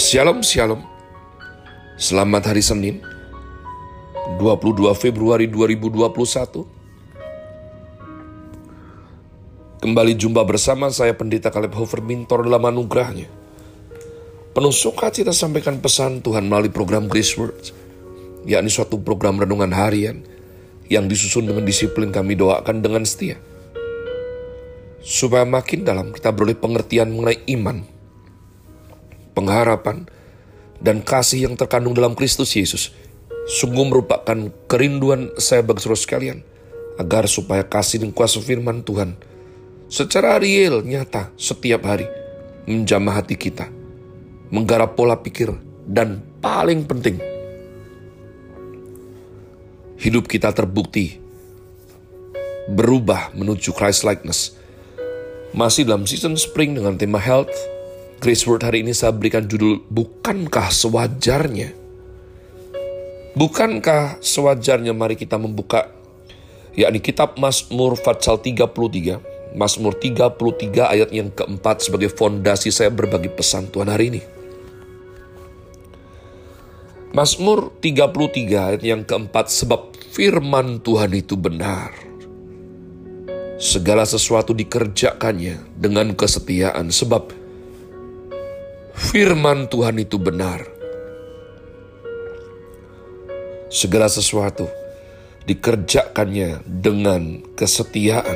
Shalom, shalom. Selamat hari Senin, 22 Februari 2021. Kembali jumpa bersama saya Pendeta Caleb Hofer Mintor dalam anugerahnya. Penuh sukacita sampaikan pesan Tuhan melalui program Grace Words, yakni suatu program renungan harian yang disusun dengan disiplin. Kami doakan dengan setia, supaya makin dalam kita beroleh pengertian mengenai iman, pengharapan, dan kasih yang terkandung dalam Kristus Yesus. Sungguh merupakan kerinduan saya bagi saudara sekalian, agar supaya kasih dan kuasa firman Tuhan secara real, nyata, setiap hari menjamah hati kita, menggarap pola pikir, dan paling penting, hidup kita terbukti berubah menuju Christ likeness. Masih dalam season spring dengan tema health, Grace Word hari ini saya berikan judul, Bukankah Sewajarnya? Bukankah sewajarnya? Mari kita membuka, yakni kitab Mazmur pasal 33. Mazmur 33 ayat yang keempat sebagai fondasi saya berbagi pesan Tuhan hari ini. Mazmur 33 ayat yang keempat, sebab firman Tuhan itu benar. Segala sesuatu dikerjakannya dengan kesetiaan, sebab firman Tuhan itu benar. Segala sesuatu dikerjakannya dengan kesetiaan.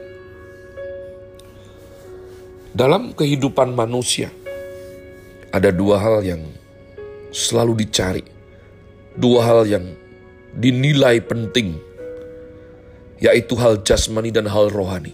Dalam kehidupan manusia, ada dua hal yang selalu dicari, dua hal yang dinilai penting, yaitu hal jasmani dan hal rohani.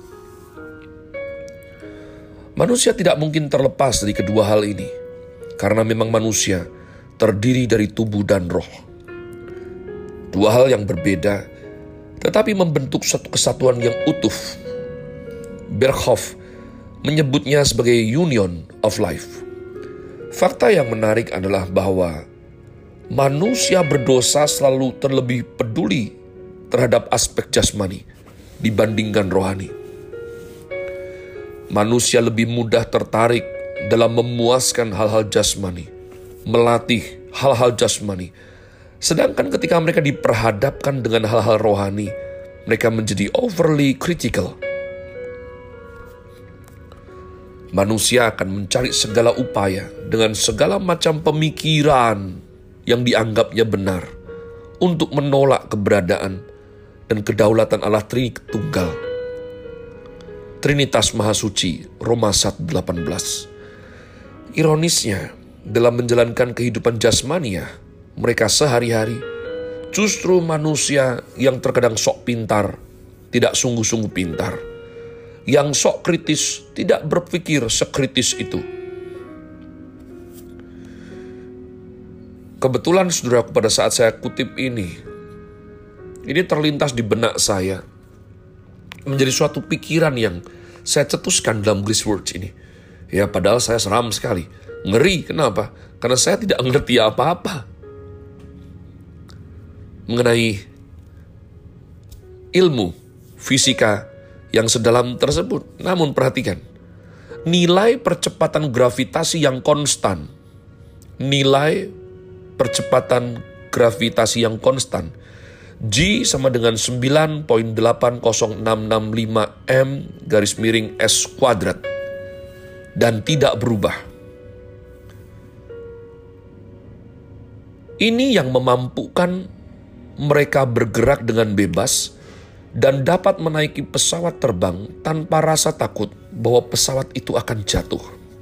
Manusia tidak mungkin terlepas dari kedua hal ini, karena memang manusia terdiri dari tubuh dan roh. Dua hal yang berbeda, tetapi membentuk satu kesatuan yang utuh. Berkhof menyebutnya sebagai union of life. Fakta yang menarik adalah bahwa manusia berdosa selalu terlebih peduli terhadap aspek jasmani dibandingkan rohani. Manusia lebih mudah tertarik dalam memuaskan hal-hal jasmani, melatih hal-hal jasmani. Sedangkan ketika mereka diperhadapkan dengan hal-hal rohani, mereka menjadi overly critical. Manusia akan mencari segala upaya dengan segala macam pemikiran yang dianggapnya benar untuk menolak keberadaan dan kedaulatan Allah Tritunggal. Trinitas Maha Suci, Roma 1:18. Ironisnya, dalam menjalankan kehidupan jasmania, mereka sehari-hari justru manusia yang terkadang sok pintar, tidak sungguh-sungguh pintar. Yang sok kritis, tidak berpikir sekritis itu. Kebetulan saudaraku, pada saat saya kutip ini terlintas di benak saya, menjadi suatu pikiran yang saya cetuskan dalam Grace Words ini. Ya, padahal saya seram sekali. Ngeri, kenapa? Karena saya tidak mengerti apa-apa mengenai ilmu fisika yang sedalam tersebut. Namun perhatikan, nilai percepatan gravitasi yang konstan, nilai percepatan gravitasi yang konstan, G sama dengan 9.80665 m/s², dan tidak berubah. Ini yang memampukan mereka bergerak dengan bebas dan dapat menaiki pesawat terbang tanpa rasa takut bahwa pesawat itu akan jatuh.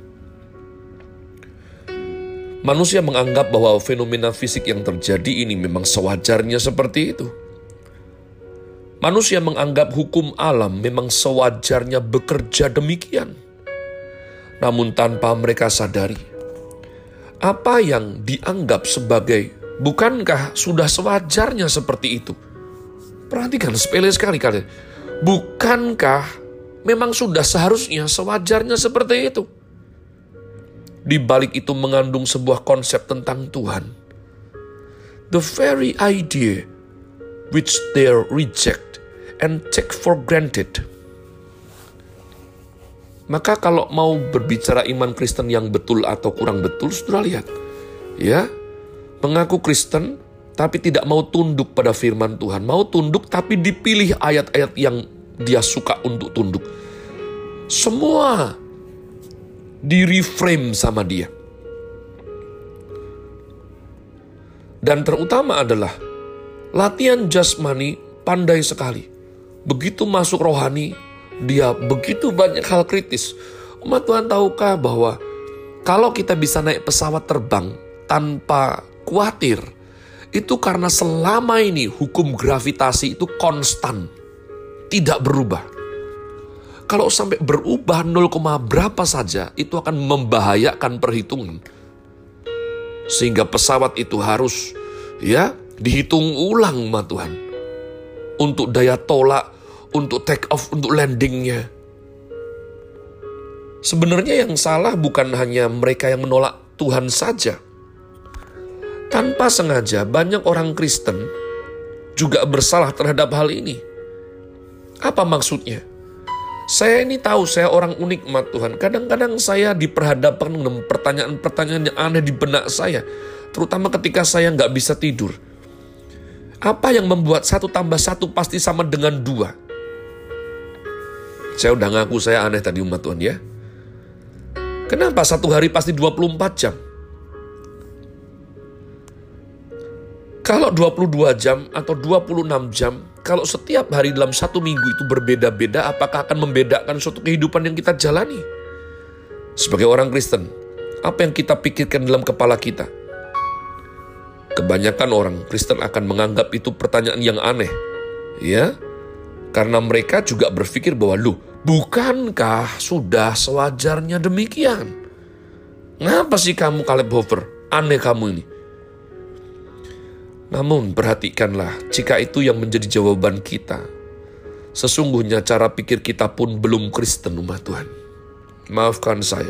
Manusia menganggap bahwa fenomena fisik yang terjadi ini memang sewajarnya seperti itu. Manusia menganggap hukum alam memang sewajarnya bekerja demikian. Namun tanpa mereka sadari, apa yang dianggap sebagai bukankah sudah sewajarnya seperti itu? Perhatikan, sepele sekali kalian. Bukankah memang sudah seharusnya sewajarnya seperti itu? Di balik itu mengandung sebuah konsep tentang Tuhan. The very idea which they reject and take for granted. Maka kalau mau berbicara iman Kristen yang betul atau kurang betul, saudara lihat. Ya, mengaku Kristen tapi tidak mau tunduk pada firman Tuhan. Mau tunduk tapi dipilih ayat-ayat yang dia suka untuk tunduk. Semua di-reframe sama dia. Dan terutama adalah latihan jasmani pandai sekali. Begitu masuk rohani, dia begitu banyak hal kritis. Umat Tuhan tahukah bahwa kalau kita bisa naik pesawat terbang tanpa khawatir, itu karena selama ini hukum gravitasi itu konstan, tidak berubah. Kalau sampai berubah 0, berapa saja, itu akan membahayakan perhitungan. Sehingga pesawat itu harus dihitung ulang umat Tuhan. Untuk daya tolak, untuk take off, untuk landingnya. Sebenarnya yang salah bukan hanya mereka yang menolak Tuhan saja. Tanpa sengaja banyak orang Kristen juga bersalah terhadap hal ini. Apa maksudnya? Saya ini tahu saya orang unik umat Tuhan. Kadang-kadang saya diperhadapkan dengan pertanyaan-pertanyaan yang aneh di benak saya. Terutama ketika saya nggak bisa tidur. Apa yang membuat 1 tambah 1 pasti sama dengan 2? Saya udah ngaku saya aneh tadi umat Tuhan ya. Kenapa 1 hari pasti 24 jam? Kalau 22 jam atau 26 jam, kalau setiap hari dalam 1 minggu itu berbeda-beda, apakah akan membedakan suatu kehidupan yang kita jalani? Sebagai orang Kristen, apa yang kita pikirkan dalam kepala kita? Kebanyakan orang Kristen akan menganggap itu pertanyaan yang aneh. Ya, karena mereka juga berpikir bahwa, bukankah sudah sewajarnya demikian? Ngapa sih kamu Caleb Hofer? Aneh kamu ini. Namun perhatikanlah, jika itu yang menjadi jawaban kita, sesungguhnya cara pikir kita pun belum Kristen umat Tuhan. Maafkan saya.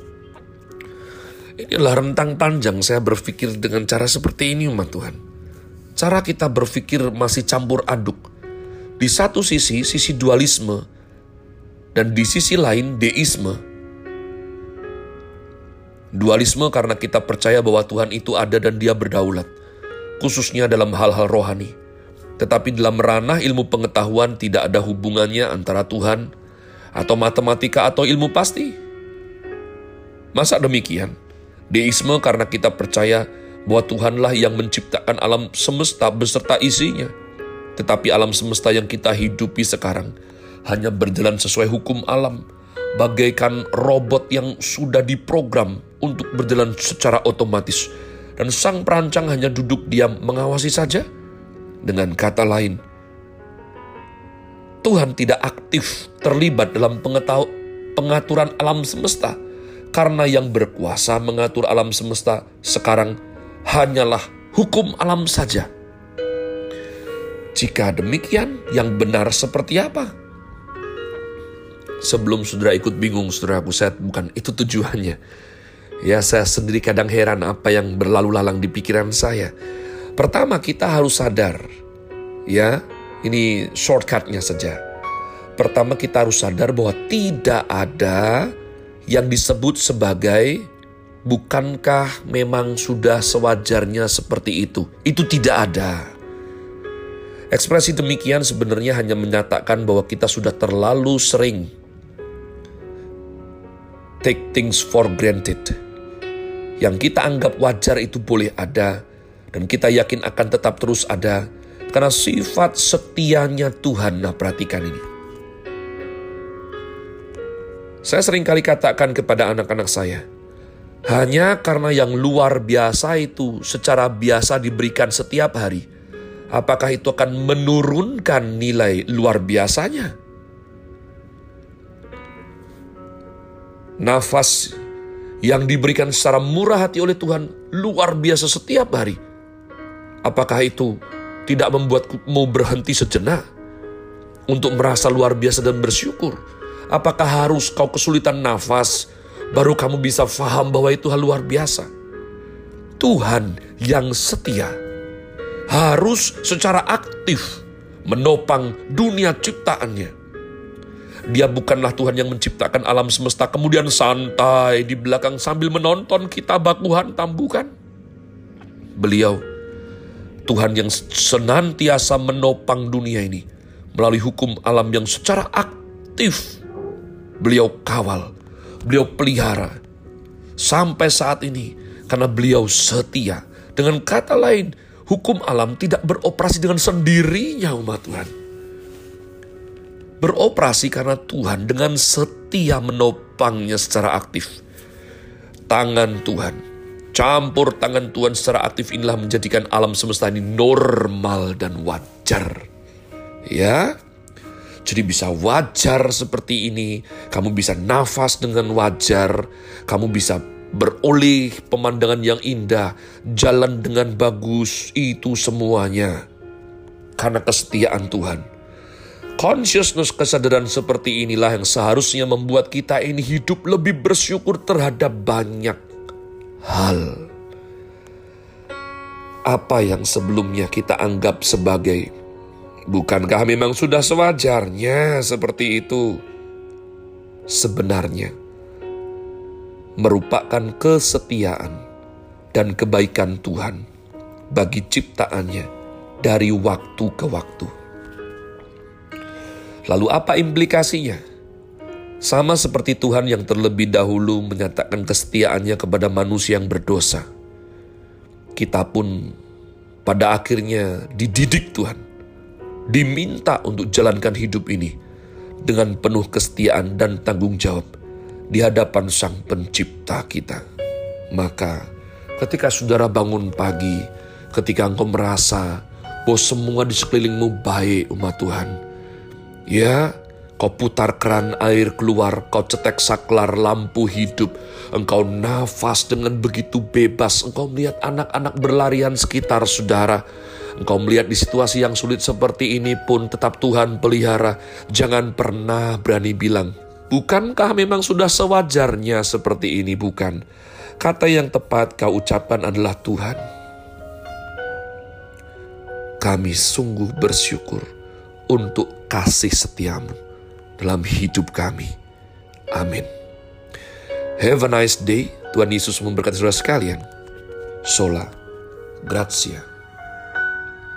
Inilah rentang panjang saya berpikir dengan cara seperti ini umat Tuhan. Cara kita berpikir masih campur aduk. Di satu sisi dualisme, dan di sisi lain deisme. Dualisme karena kita percaya bahwa Tuhan itu ada dan Dia berdaulat, khususnya dalam hal-hal rohani. Tetapi dalam ranah ilmu pengetahuan tidak ada hubungannya antara Tuhan atau matematika atau ilmu pasti. Masa demikian? Deisme karena kita percaya bahwa Tuhanlah yang menciptakan alam semesta beserta isinya. Tetapi alam semesta yang kita hidupi sekarang hanya berjalan sesuai hukum alam, bagaikan robot yang sudah diprogram untuk berjalan secara otomatis. Dan sang perancang hanya duduk diam mengawasi saja. Dengan kata lain, Tuhan tidak aktif terlibat dalam pengaturan alam semesta. Karena yang berkuasa mengatur alam semesta sekarang hanyalah hukum alam saja. Jika demikian, yang benar seperti apa? Sebelum saudara ikut bingung, saudaraku, bukan itu tujuannya. Ya, saya sendiri kadang heran apa yang berlalu lalang di pikiran saya. Pertama, kita harus sadar. Ya, ini shortcutnya saja. Pertama, kita harus sadar bahwa tidak ada yang disebut sebagai bukankah memang sudah sewajarnya seperti itu. Itu tidak ada. Ekspresi demikian sebenarnya hanya menyatakan bahwa kita sudah terlalu sering take things for granted. Yang kita anggap wajar itu boleh ada, dan kita yakin akan tetap terus ada, karena sifat setianya Tuhan. Nah, perhatikan ini. Saya seringkali katakan kepada anak-anak saya, hanya karena yang luar biasa itu secara biasa diberikan setiap hari, apakah itu akan menurunkan nilai luar biasanya? Nafas yang diberikan secara murah hati oleh Tuhan luar biasa setiap hari, apakah itu tidak membuatku mau berhenti sejenak untuk merasa luar biasa dan bersyukur? Apakah harus kau kesulitan nafas baru kamu bisa faham bahwa itu hal luar biasa? Tuhan yang setia harus secara aktif menopang dunia ciptaannya. Dia bukanlah Tuhan yang menciptakan alam semesta kemudian santai di belakang sambil menonton kita baku hantam, bukan. Beliau Tuhan yang senantiasa menopang dunia ini melalui hukum alam yang secara aktif beliau kawal, beliau pelihara sampai saat ini karena beliau setia. Dengan kata lain, hukum alam tidak beroperasi dengan sendirinya, umat Tuhan. Beroperasi karena Tuhan dengan setia menopangnya secara aktif. Tangan Tuhan, campur tangan Tuhan secara aktif inilah menjadikan alam semesta ini normal dan wajar. Ya, jadi bisa wajar seperti ini. Kamu bisa nafas dengan wajar. Kamu bisa beroleh pemandangan yang indah. Jalan dengan bagus. Itu semuanya karena kesetiaan Tuhan. Consciousness, kesadaran seperti inilah yang seharusnya membuat kita ini hidup lebih bersyukur terhadap banyak hal. Apa yang sebelumnya kita anggap sebagai, bukankah memang sudah sewajarnya seperti itu? Sebenarnya merupakan kesetiaan dan kebaikan Tuhan bagi ciptaannya dari waktu ke waktu. Lalu apa implikasinya? Sama seperti Tuhan yang terlebih dahulu menyatakan kesetiaannya kepada manusia yang berdosa. Kita pun pada akhirnya dididik Tuhan, diminta untuk jalankan hidup ini dengan penuh kesetiaan dan tanggung jawab di hadapan Sang Pencipta kita. Maka ketika saudara bangun pagi, ketika engkau merasa bahwa semua di sekelilingmu baik, umat Tuhan, ya, kau putar keran air keluar, kau cetek saklar lampu hidup, engkau nafas dengan begitu bebas, engkau melihat anak-anak berlarian sekitar saudara, engkau melihat di situasi yang sulit seperti ini pun tetap Tuhan pelihara. Jangan pernah berani bilang, bukankah memang sudah sewajarnya seperti ini? Bukan. Kata yang tepat kau ucapkan adalah, Tuhan, kami sungguh bersyukur untuk kasih setiamu dalam hidup kami. Amin. Have a nice day. Tuhan Yesus memberkati saudara sekalian. Sola Gratia.